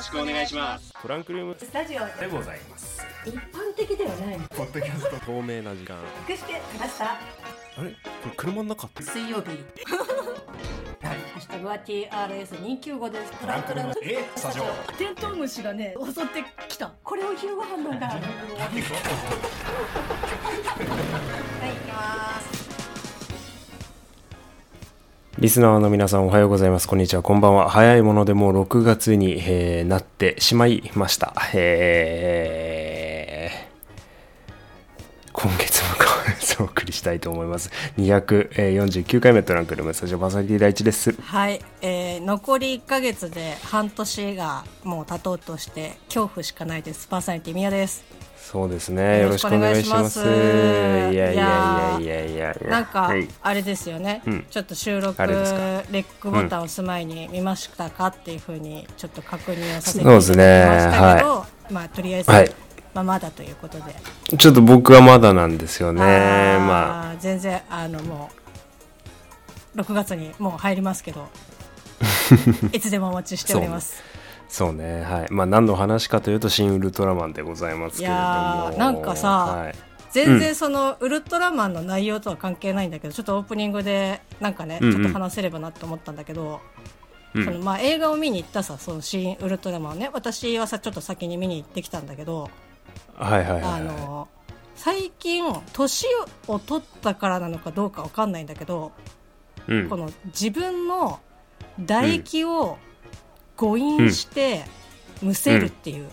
しくお願いします。 トランクルームスタジオでございます。 一般的ではないポッドキャスト透明な時間。 隠してきました。 あれこれ車の中って水曜日ハッシュタグは TRS295 です。トランクルームスタジオ。 テントウムシがね襲ってきた。これを昼ご飯なんだ。はい、行きます。 リスナーの皆さんおはようございます。こんにちは、こんばんは。早いものでもう6月に、なってしまいました。今月もお送りしたいと思います。249回目トランクルームスタジオパーソナリティ第一です。 はい、残り1ヶ月で半年がもう経とうとして恐怖しかないです。パーソナリティ宮です。 そうですね、よろしくお願いします。いやなんか、 はい、 あれですよね、ちょっと収録レックボタンを押す前に見ましたかっていう風にちょっと確認をさせていただきましたけど、まあとりあえず、まだということで、 ちょっと僕はまだなんですよね。まあ全然もう6月にもう入りますけどいつでもお待ちしております。 そうね、はい。まあ何の話かというと新ウルトラマンでございますけれども、いやなんかさ、全然そのウルトラマンの内容とは関係ないんだけど、ちょっとオープニングでなんかね、ちょっと話せればなと思ったんだけど、そのまあ映画を見に行ったさ、その新ウルトラマンをね、私はさちょっと先に見に行ってきたんだけど、最近年を取ったからなのかどうかわかんないんだけど、この自分の唾液を誤飲してむせるっていう、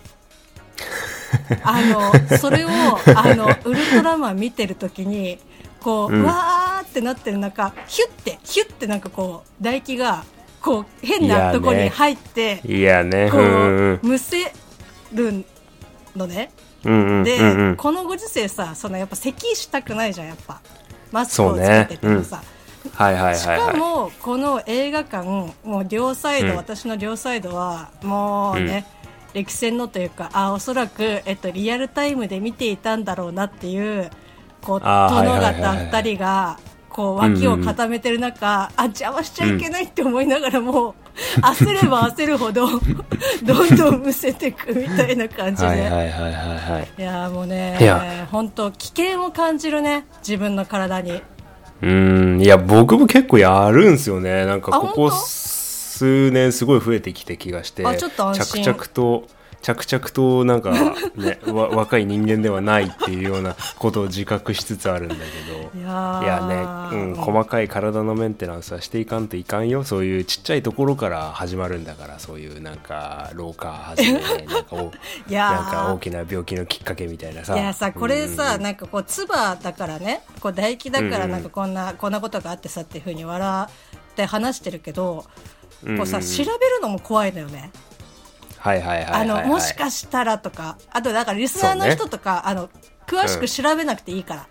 それをウルトラマン見てるときにこう、わーってなってる中、ヒュッてなんかこう唾液がこう変なところに入ってこうむせるのね。で、このご時世さ、そのやっぱ咳したくないじゃん、やっぱマスクをつけててもさ、しかもこの映画館もう両サイド、私の両サイドはもうね、歴戦のというか、おそらく、リアルタイムで見ていたんだろうなっていうこう殿方2人がこう脇を固めてる中、邪魔しちゃいけないって思いながらも、焦れば焦るほどどんどんむせていくみたいな感じで、いやもうね、本当危険を感じるね、自分の体に。 いや僕も結構やるんすよね。なんかここ数年すごい増えてきて気がして、 ちょっと安心。 着々となんかね若い人間ではないっていうようなことを自覚しつつあるんだけど、いやね、細かい体のメンテナンスはしていかんといかんよ。そういうちっちゃいところから始まるんだから、そういうなんか老化はじめなんか大きな病気のきっかけみたいなさ。いやさ、これさ、 なんかこう唾だからね、こう唾液だからなんかこんなことがあってさっていう風に笑って話してるけど、こうさ、調べるのも怖いのよね。もしかしたらとか、あとだからリスナーの人とか、詳しく調べなくていいから、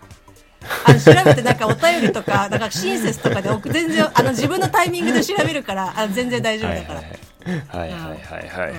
調べてなんかお便りとかなんか親切とかで全然自分のタイミングで調べるから、全然大丈夫だから。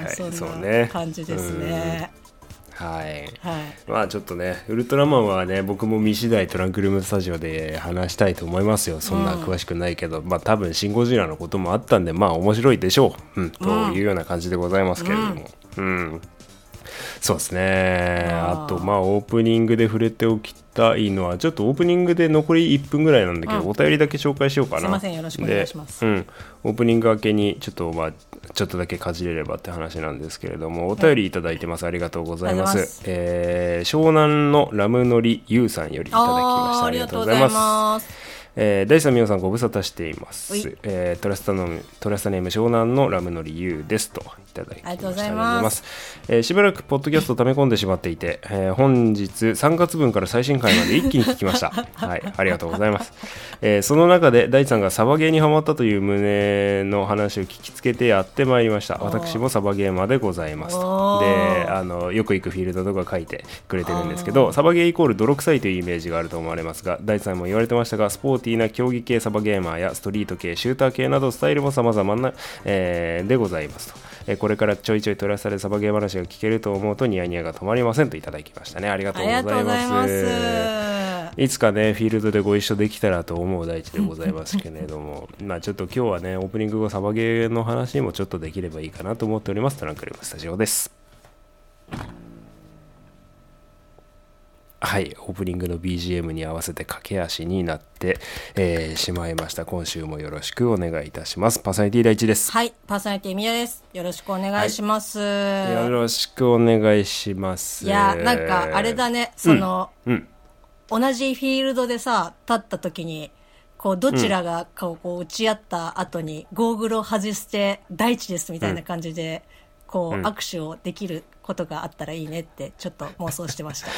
そんな感じですね。まあちょっとね、ウルトラマンはね、僕も見次第トランクルームスタジオで話したいと思いますよ。そんな詳しくないけど、まあ多分シン・ゴジラのこともあったんで、まあ面白いでしょう、というような感じでございますけれども、そうですね。あとまあオープニングで触れておきたいのは、ちょっとオープニングで残り1分ぐらいなんだけど、お便りだけ紹介しようかな。 すいません、よろしくお願いします。 オープニング明けにちょっとだけかじれればって話なんですけれども、お便りいただいてます。ありがとうございます。湘南のラムノリユウさんよりいただきました。ありがとうございます。大地さん、みおさん、ご無沙汰しています。トラスタネーム湘南のラムノリユウですといただきました。ありがとうございます。しばらくポッドキャストを溜め込んでしまっていて、本日3月分から最新回まで一気に聞きました。はい、ありがとうございます。その中で大地さんがサバゲーにハマったという旨の話を聞きつけてやってまいりました。私もサバゲーマーでございますと。で、よく行くフィールドとか書いてくれてるんですけど、サバゲーイコール泥臭いというイメージがあると思われますが、大地さんも言われてましたが、スポーティーな競技系サバゲーマーやストリート系シューター系などスタイルも様々な、でございますと。これからちょいちょい取らされサバゲー話が聞けると思うとニヤニヤが止まりませんといただきましたね。ありがとうございます。 いつかねフィールドでご一緒できたらと思う大地でございますけれどもまあちょっと今日はねオープニング後サバゲーの話もちょっとできればいいかなと思っております。トランクルームスタジオです。はい、オープニングの BGM に合わせて駆け足になって、しまいました。今週もよろしくお願いいたします。パーソナリティ第一です。 はい、パーソナリティ宮です。よろしくお願いします、 はい、よろしくお願いします。 いやなんかあれだね、その、同じフィールドでさ立った時にこうどちらがこう打ち合った後にゴーグルを外して大地ですみたいな感じで、こう握手をできることがあったらいいねってちょっと妄想してました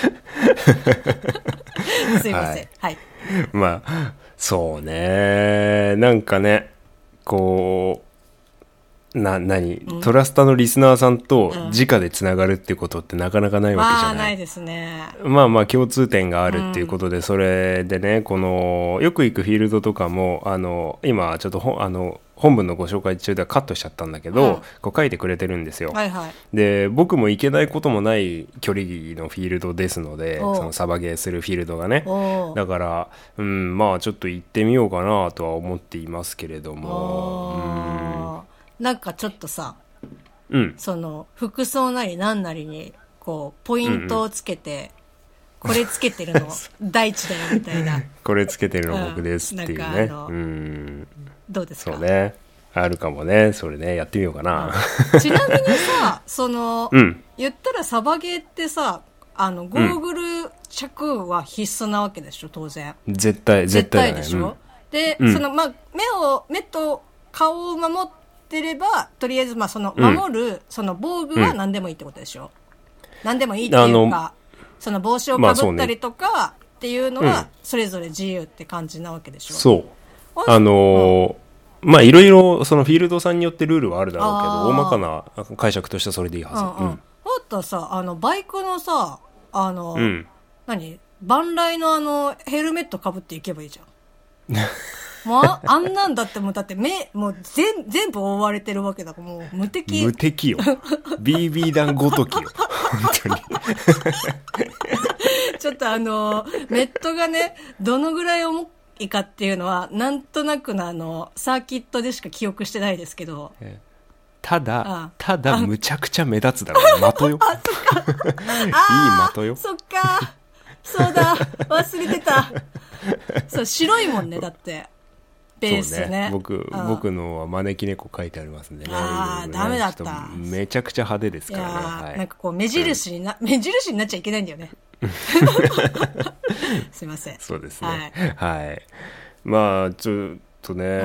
すいません、はい、 まあそうね、なんかねこう何、トラスタのリスナーさんと直でつながるっていうことってなかなかないわけじゃない。 まあないですね。 まあ共通点があるっていうことで、それでねこのよく行くフィールドとかも今ちょっと本文のご紹介中ではカットしちゃったんだけど、こう書いてくれてるんですよ、はいはい、で僕も行けないこともない距離のフィールドですので、そのサバゲーするフィールドがね、だからまあちょっと行ってみようかなとは思っていますけれども、 なんかちょっとさ、その服装なりなんなりにこうポイントをつけて、これつけてるの大地だよみたいなこれつけてるの僕ですっていうね、 どうですか。 そうね、あるかもね、それねやってみようかな、 ちなみにさその、言ったらサバゲーってさゴーグル着は必須なわけでしょ当然。 絶対でしょ、で、その目と顔を守ってればとりあえずその守る、その防具は何でもいいってことでしょ、何でもいいっていうかその帽子をかぶったりとかっていうのはそれぞれ自由って感じなわけでしょ。 そうまあいろいろそのフィールドさんによってルールはあるだろうけど大まかな解釈としてはそれでいいはず。あとさバイクのさバンライのヘルメットかぶっていけばいいじゃんもうあんなんだってもう目もう全部覆われてるわけだからもう無敵よBB 弾ごときよ本当にちょっとネットがねどのぐらい重いかっていうのはなんとなくのサーキットでしか記憶してないですけど、 ただむちゃくちゃ目立つだろうね的よあそっかいい的よ。 そっかそうだ忘れてたそう白いもんねだってベース ね僕のは招き猫書いてありますんでね。 ダメだった。 めちゃくちゃ派手ですからね。はい、 なんかこう目印になっちゃいけないんだよねすいません。 そうですね、はい、まあちょっとね、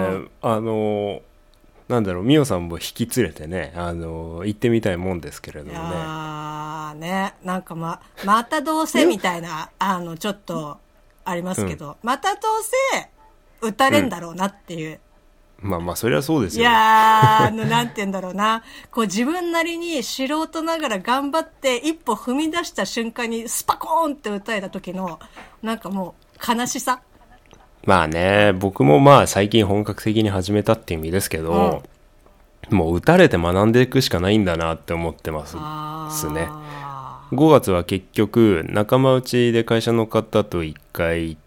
なんだろう、みおさんも引き連れてね行ってみたいもんですけれどもね。 なんかまたどうせみたいなちょっとありますけど、またどうせ打たれんだろうなっていう、 まあそれはそうですよ。 いやなんて言うんだろうな、こう自分なりに素人ながら頑張って一歩踏み出した瞬間にスパコーンって打たれた時のなんかもう悲しさ。 まあね、僕も最近本格的に始めたっていう意味ですけど、もう打たれて学んでいくしかないんだなって思ってますね。5月は結局仲間内で会社の方と1回行って、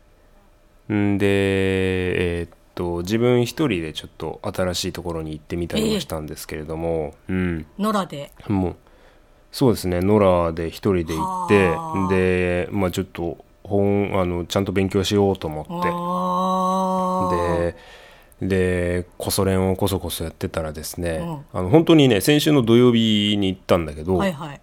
で自分一人でちょっと新しいところに行ってみたりもしたんですけれども、 野良でもうそうですね、野良で一人で行ってで、ちょっとちゃんと勉強しようと思ってでコソ練をこそこそやってたらですね、本当にね先週の土曜日に行ったんだけど、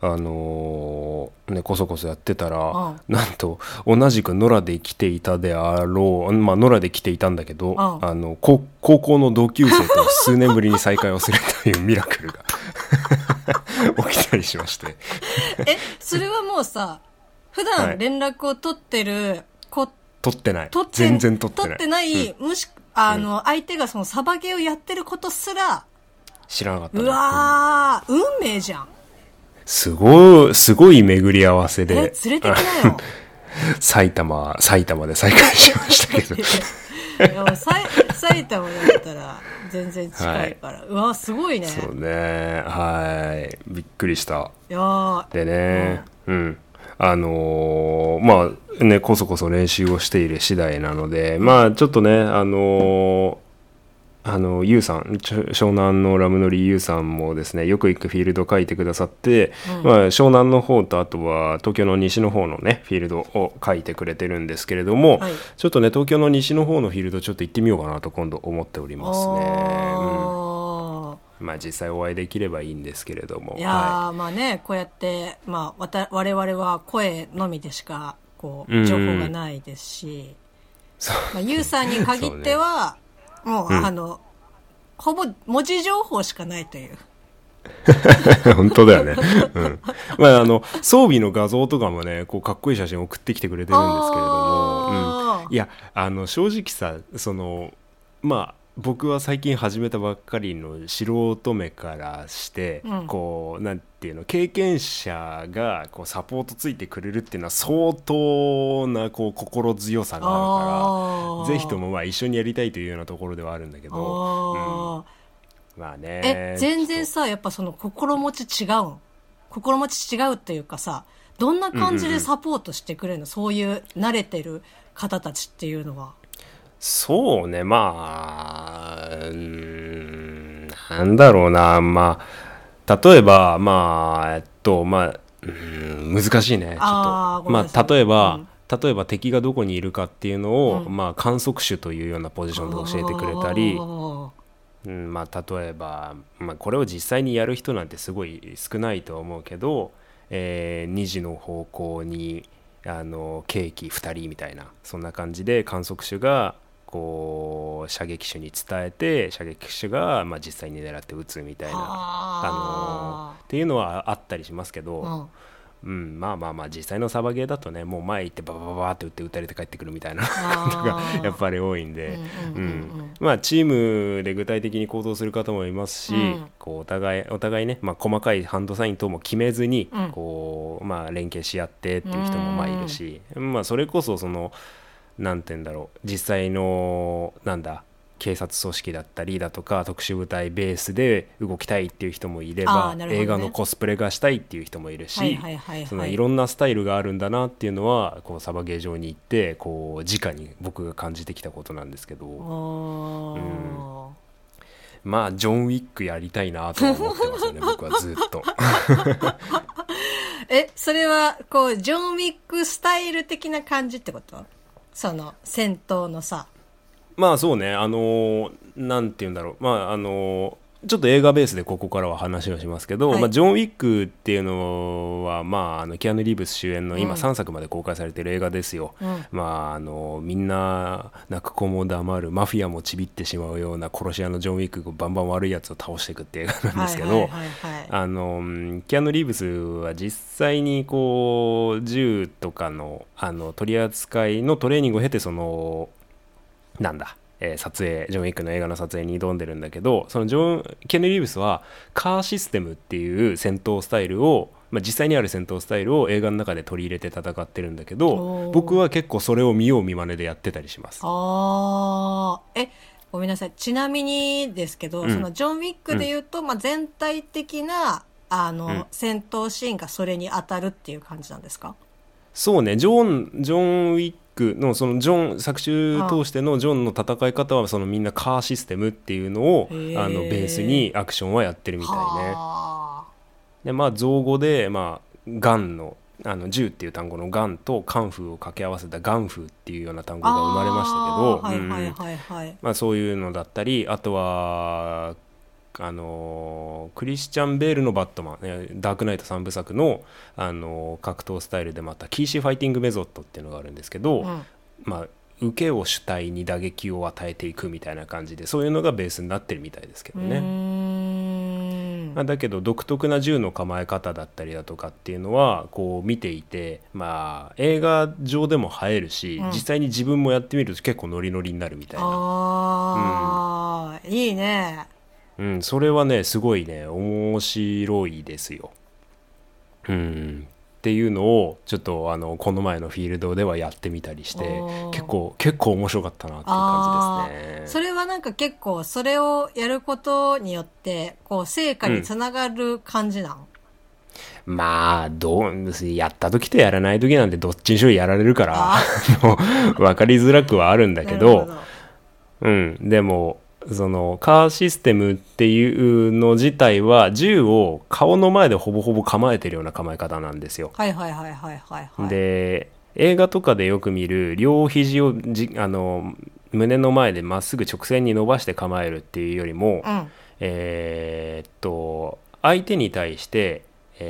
こそこそやってたら、なんと同じく野良で来ていたであろう、野良で来ていたんだけど、高校の同級生と数年ぶりに再会をするというミラクルが起きたりしましてそれはもうさ普段連絡を取ってる子、 取ってない、全然取ってない、 もし相手がそのサバゲーをやってることすら知らなかった、 うわー、運命じゃん。 すごい巡り合わせで連れてきなよ埼玉で再会しましたけどいや埼玉だったら全然近いから、うわすごいね。 そうね、びっくりした。 いやでね、 まあね、こそこそ練習をしている次第なので、まあちょっとね、ユウさん、湘南のラムノリユウさんもですね、よく行くフィールドを書いてくださって、まあ、湘南の方とあとは東京の西の方のねフィールドを書いてくれてるんですけれども、はい、ちょっとね東京の西の方のフィールドちょっと行ってみようかなと今度思っておりますね。まあ実際お会いできればいいんですけれども、 いや、はい、まあね、こうやって、まあ、我々は声のみでしかこう情報がないですし、まあ、ユウさんに限ってはもうほぼ文字情報しかないという本当だよね、うん、まあ装備の画像とかもねこうかっこいい写真送ってきてくれてるんですけれども、うん、いや正直さまあ僕は最近始めたばっかりの素人目からして、うん、こうなんていうの経験者がこうサポートついてくれるっていうのは相当なこう心強さがあるからぜひともまあ一緒にやりたいというようなところではあるんだけど、うん、まあね全然さやっぱその心持ち違うっていうかさどんな感じでサポートしてくれるの、そういう慣れてる方たちっていうのは。 そうね、まあ、なんだろうな、まあ、例えば、まあ、難しいね、ちょっと。まあ、例えば敵がどこにいるかっていうのを、まあ、観測手というようなポジションで教えてくれたり、まあ、例えば、まあ、これを実際にやる人なんてすごい少ないとは思うけど、2時の方向にケーキ2人みたいな、そんな感じで観測手が、こう射撃手に伝えて射撃手がまあ実際に狙って撃つみたいなっていうのはあったりしますけど、まあ実際のサバゲーだとねもう前行ってババババって撃って撃たれて帰ってくるみたいなのがやっぱり多いんで、まあチームで具体的に行動する方もいますし、こうお互いね、まあ、細かいハンドサイン等も決めずにこう、まあ、連携し合ってっていう人もまあいるし、まあそれこそなんて言うんだろう実際の警察組織だったりだとか特殊部隊ベースで動きたいっていう人もいれば、ね、映画のコスプレがしたいっていう人もいるし、いろんなスタイルがあるんだなっていうのはこうサバゲー場に行ってこう直に僕が感じてきたことなんですけど、まあジョン・ウィックやりたいなと思ってますよね僕はずっとそれはこうジョン・ウィックスタイル的な感じってこと？その戦闘のさ、 まあそうねなんて言うんだろう、まあちょっと映画ベースでここからは話をしますけど、はい、まあ、ジョン・ウィックっていうのは、まあ、キアヌ・リーブス主演の今3作まで公開されている映画ですよ、まあ、みんな泣く子も黙るマフィアもちびってしまうような殺し屋のジョン・ウィックがバンバン悪いやつを倒していくっていう映画なんですけど、キアヌ・リーブスは実際にこう銃とかの取り扱いのトレーニングを経て撮影ジョン・ウィックの映画の撮影に挑んでるんだけど、そのケネ・リーブスはカーシステムっていう戦闘スタイルを、まあ、実際にある戦闘スタイルを映画の中で取り入れて戦ってるんだけど、僕は結構それを見よう見まねでやってたりします。 ごめんなさい、ちなみにですけど、そのジョン・ウィックでいうと、まあ、全体的な戦闘シーンがそれに当たるっていう感じなんですか？ そうね、ジョン・ウィックのそのジョン作中通してのジョンの戦い方はそのみんなカーシステムっていうのをベースにアクションはやってるみたいね。でまあ造語で、まあ、ガンの銃っていう単語のガンとカンフーを掛け合わせたガンフーっていうような単語が生まれましたけど、そういうのだったり、あとはクリスチャン・ベールのバットマン、ダークナイト3部作の、格闘スタイルでまたキーシーファイティングメソッドっていうのがあるんですけど、まあ、受けを主体に打撃を与えていくみたいな感じでそういうのがベースになってるみたいですけどね。だけど独特な銃の構え方だったりだとかっていうのはこう見ていて、まあ、映画上でも映えるし、実際に自分もやってみると結構ノリノリになるみたいな。 いいね。 それはねすごいね面白いですよ。っていうのをちょっとこの前のフィールドではやってみたりして結構面白かったなっていう感じですね。 それはなんか結構それをやることによってこう成果につながる感じなん？ まあやった時とやらない時なんてどっちにしろやられるから分かりづらくはあるんだけど、でもそのカーシステムっていうの自体は銃を顔の前でほぼほぼ構えてるような構え方なんですよ。で映画とかでよく見る両肘を胸の前でまっすぐ直線に伸ばして構えるっていうよりも、相手に対して、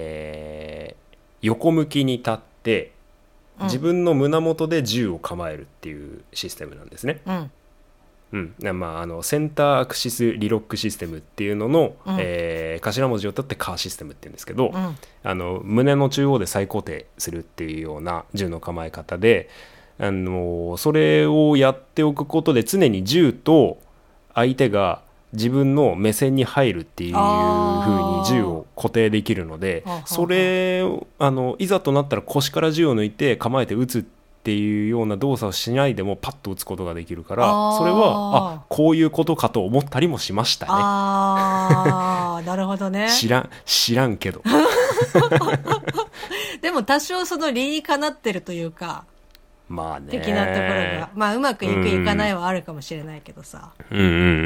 横向きに立って自分の胸元で銃を構えるっていうシステムなんですね。センターアクシスリロックシステムっていうのの、頭文字を取ってカーシステムって言うんですけど、胸の中央で再固定するっていうような銃の構え方で、それをやっておくことで常に銃と相手が自分の目線に入るっていう風に銃を固定できるので、それをいざとなったら腰から銃を抜いて構えて撃つっていうような動作をしないでもパッと撃つことができるから、それはこういうことかと思ったりもしましたね。 なるほどね。 知らんけどでも多少その理にかなってるというか、 まあね、 的なところが、まあうまくいくいかないはあるかもしれないけどさ。そう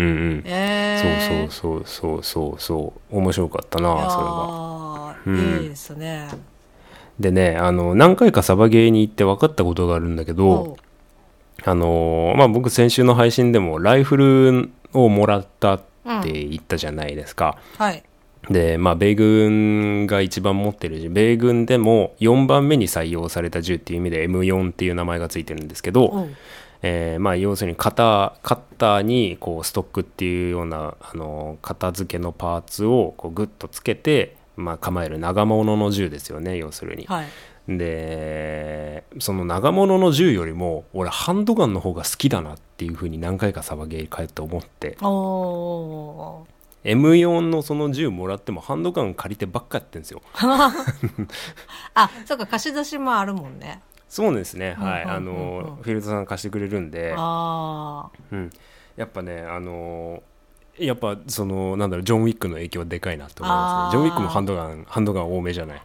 面白かったなそれは。 いいですね。 でね、何回かサバゲーに行って分かったことがあるんだけど、僕先週の配信でもライフルをもらったって言ったじゃないですか。で米軍が一番持ってる米軍でも4番目に採用された銃っていう意味で M4 っていう名前がついてるんですけど、要するにカッターにこうストックっていうような片付けのパーツをこうグッとつけて、構える長物の銃ですよね、要するに。でその長物の銃よりも俺ハンドガンの方が好きだなっていう風に何回かサバゲー帰って思って、M4 のその銃もらってもハンドガン借りてばっかやってんですよそうか、貸し出しもあるもんね。 そうですね、フィールドさん貸してくれるんで、やっぱねやっぱそのジョン・ウィックの影響はでかいなと思いますね。ジョン・ウィックもハンドガン多めじゃない。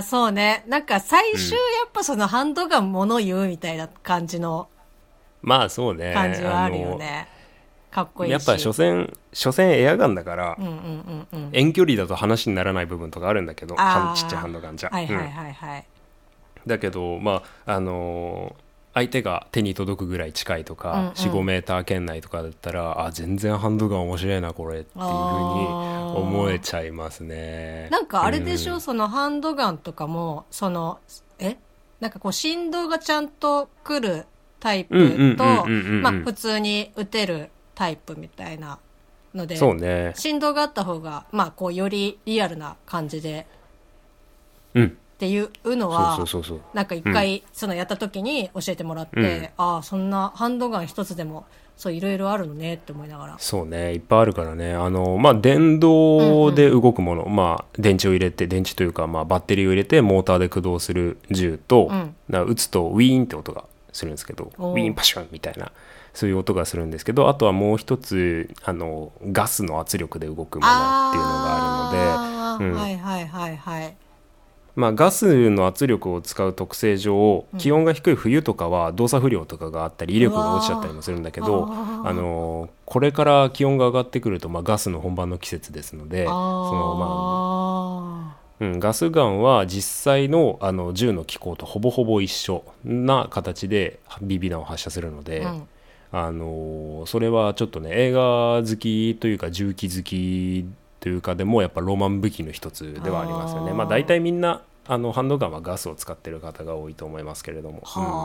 そうね、なんか最終やっぱそのハンドガン物言うみたいな感じのそうね、 感じはあるよね。かっこいいし、 やっぱ所詮エアガンだから、遠距離だと話にならない部分とかあるんだけど、ちっちゃいハンドガンじゃ、だけど相手が手に届くぐらい近いとか、4,5 メーター圏内とかだったら全然ハンドガン面白いなこれっていう風に思えちゃいますね。 なんかあれでしょ、そのハンドガンとかもなんかこう振動がちゃんと来るタイプと普通に撃てるタイプみたいなので、 そうね、 振動があった方がこうよりリアルな感じで、っていうのはなんか一回そのやった時に教えてもらって、そんなハンドガン一つでもそういろいろあるのねって思いながら。 そうね、いっぱいあるからね。電動で動くもの、電池を入れて、電池というかバッテリーを入れてモーターで駆動する銃と、撃つとウィーンって音がするんですけど、ウィーンパシュンみたいなそういう音がするんですけど、あとはもう一つガスの圧力で動くものっていうのがあるので、ガスの圧力を使う特性上、気温が低い冬とかは動作不良とかがあったり威力が落ちちゃったりもするんだけど、これから気温が上がってくると、ガスの本番の季節ですので、ガスガンは実際の銃の機構とほぼほぼ一緒な形で BB 弾を発射するので、それはちょっとね、映画好きというか銃器好きというかでもやっぱロマン武器の一つではありますよね。大体みんなハンドガンはガスを使ってる方が多いと思いますけれども、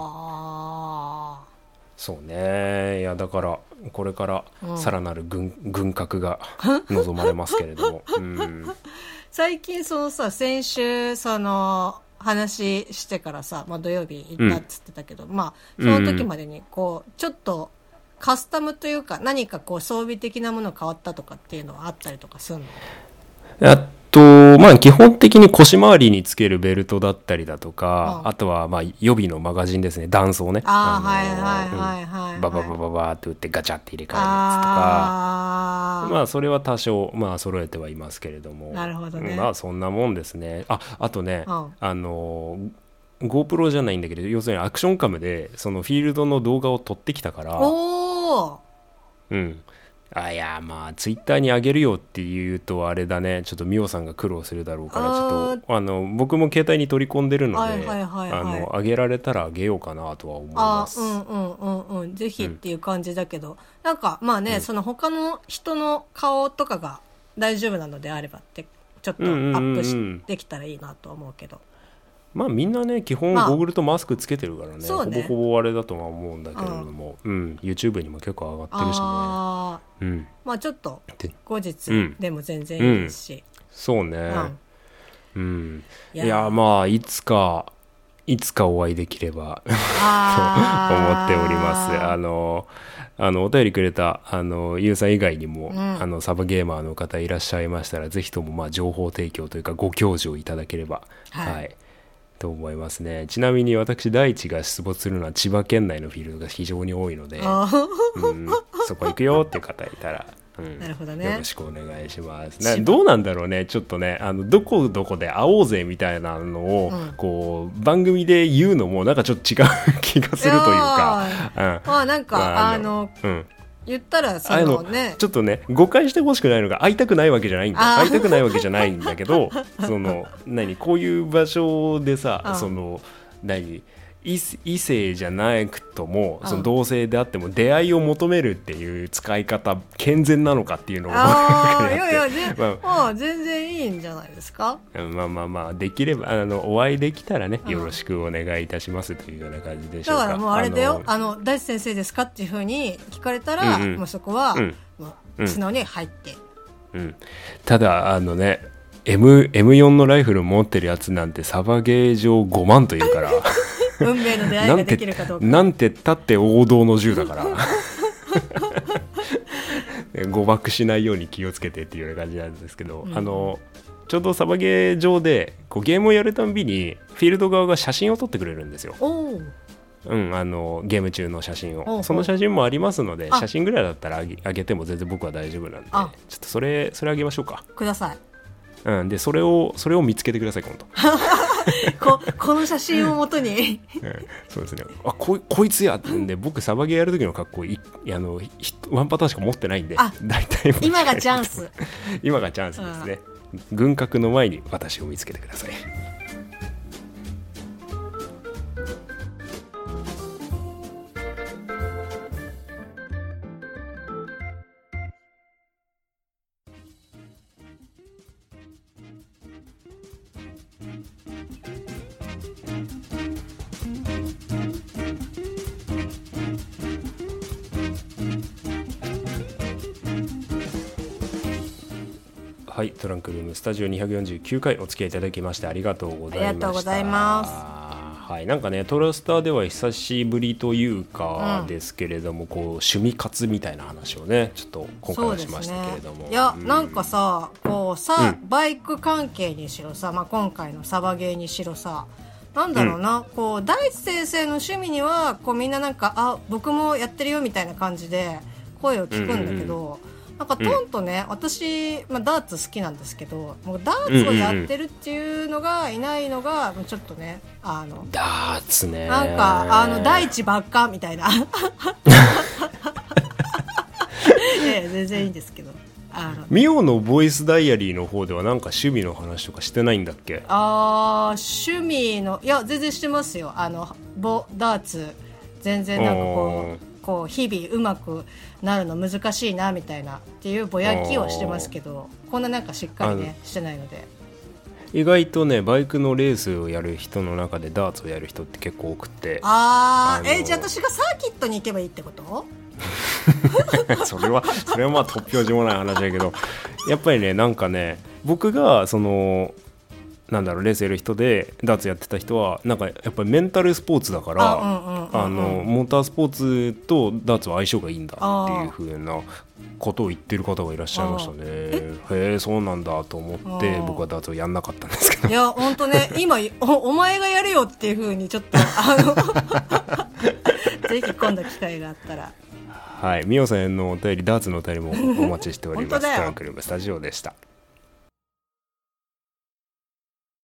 そうね。いやだからこれからさらなる軍拡が望まれますけれども、 最近先週その話してからさ、土曜日行ったっつってたけど、その時までにこうちょっとカスタムというか何かこう装備的なもの変わったとかっていうのはあったりとかするの？ まあ基本的に腰回りにつけるベルトだったりだとか、あとはまあ予備のマガジンですね、弾倉ね。 はいはいはいはい。 バババババーって打ってガチャって入れ替えるやつとか、まあそれは多少まあ揃えてはいますけれども。 なるほどね。 まあそんなもんですね。あとね、GoPro じゃないんだけど、要するにアクションカムでそのフィールドの動画を撮ってきたから、いやまあツイッターに上げるよって言うとあれだね、ちょっとミオさんが苦労するだろうから、ちょっと僕も携帯に取り込んでるので、上げられたら上げようかなとは思います。 ぜひっていう感じだけど、なんかまあね、その他の人の顔とかが大丈夫なのであればってちょっとアップしてきたらいいなと思うけど、 まあみんなね基本ゴーグルとマスクつけてるからね、ほぼほぼあれだとは思うんだけれども、YouTube にも結構上がってるしね。 まあちょっと後日でも全然いいですし、 そうね。いやまあいつかお会いできればと思っております。お便りくれたゆうさん以外にも、サバゲーマーの方いらっしゃいましたら、ぜひともまあ情報提供というかご教授いただければ、と思いますね。ちなみに私大地が出没するのは千葉県内のフィールドが非常に多いので、そこ行くよっていう方いたら、 なるほどね、 よろしくお願いします。どうなんだろうね、ちょっとねどこで会おうぜみたいなのを、こう番組で言うのもなんかちょっと違う気がするというか、 なんか言ったらそのね、 ちょっとね誤解してほしくないのが、会いたくないわけじゃないんだ、会いたくないわけじゃないんだけどそのこういう場所でさ、その異性じゃなくともその同性であっても出会いを求めるっていう使い方健全なのかっていうのを全然いいんじゃないですか。 まあできればお会いできたらね、よろしくお願いいたしますというような感じでしょうか。 だからもうあれだよ、大地先生ですかっていうふうに聞かれたら、もうそこは素直に入って、 ただM4 のライフル持ってるやつなんてサバゲー場5万というから運命の出会いができるかどうかなんてったって王道の銃だから誤爆しないように気をつけてっていうような感じなんですけど、ちょうどサバゲー場でこうゲームをやるたんびにフィールド側が写真を撮ってくれるんですよ。ゲーム中の写真を、その写真もありますので、写真ぐらいだったらあげても全然僕は大丈夫なんで、ちょっとそれあげましょうか。 ください。 でそれを見つけてください今度この写真をもとにそうですね、こいつやってんで、僕サバゲーやる時の格好ワンパターンしか持ってないんで、大体今がチャンス今がチャンスですね。軍拡の前に私を見つけてください。はい、トランクルームスタジオ249回お付き合いいただきましてありがとうございました。 ありがとうございます。 はい、なんかねトラスターでは久しぶりというかですけれども、こう趣味活みたいな話をねちょっと今回はしましたけれども、 いや、なんかさバイク関係にしろさ、今回のサバゲーにしろさ、なんだろうな、こう大地先生の趣味にはこうみんななんか僕もやってるよみたいな感じで声を聞くんだけど、なんかトンとね、私、ダーツ好きなんですけど、もうダーツをやってるっていうのがいないのがちょっとね、 ダーツね、 なんか大地ばっかみたいな全然いいんですけど、 ミオのボイスダイアリーの方ではなんか趣味の話とかしてないんだっけ？ 趣味のいや全然してますよ。ダーツ全然なんかこう日々うまくなるの難しいなみたいなっていうぼやきをしてますけど、こんななんかしっかりねしてないので。 意外とねバイクのレースをやる人の中でダーツをやる人って結構多くて、 じゃあ私がサーキットに行けばいいってことそれはまあ突拍子もない話だけど、やっぱりねなんかね僕がそのなんだろう、レースやる人でダーツやってた人はなんかやっぱりメンタルスポーツだから、モータースポーツとダーツは相性がいいんだっていう風なことを言ってる方がいらっしゃいましたね。へえ、そうなんだと思って僕はダーツをやんなかったんですけど。 いや本当ね、今 お前がやるよっていう風にちょっとぜひ今度機会があったら。 はい、みおさんへのお便り、ダーツのお便りもお待ちしております。トランクルームスタジオでした。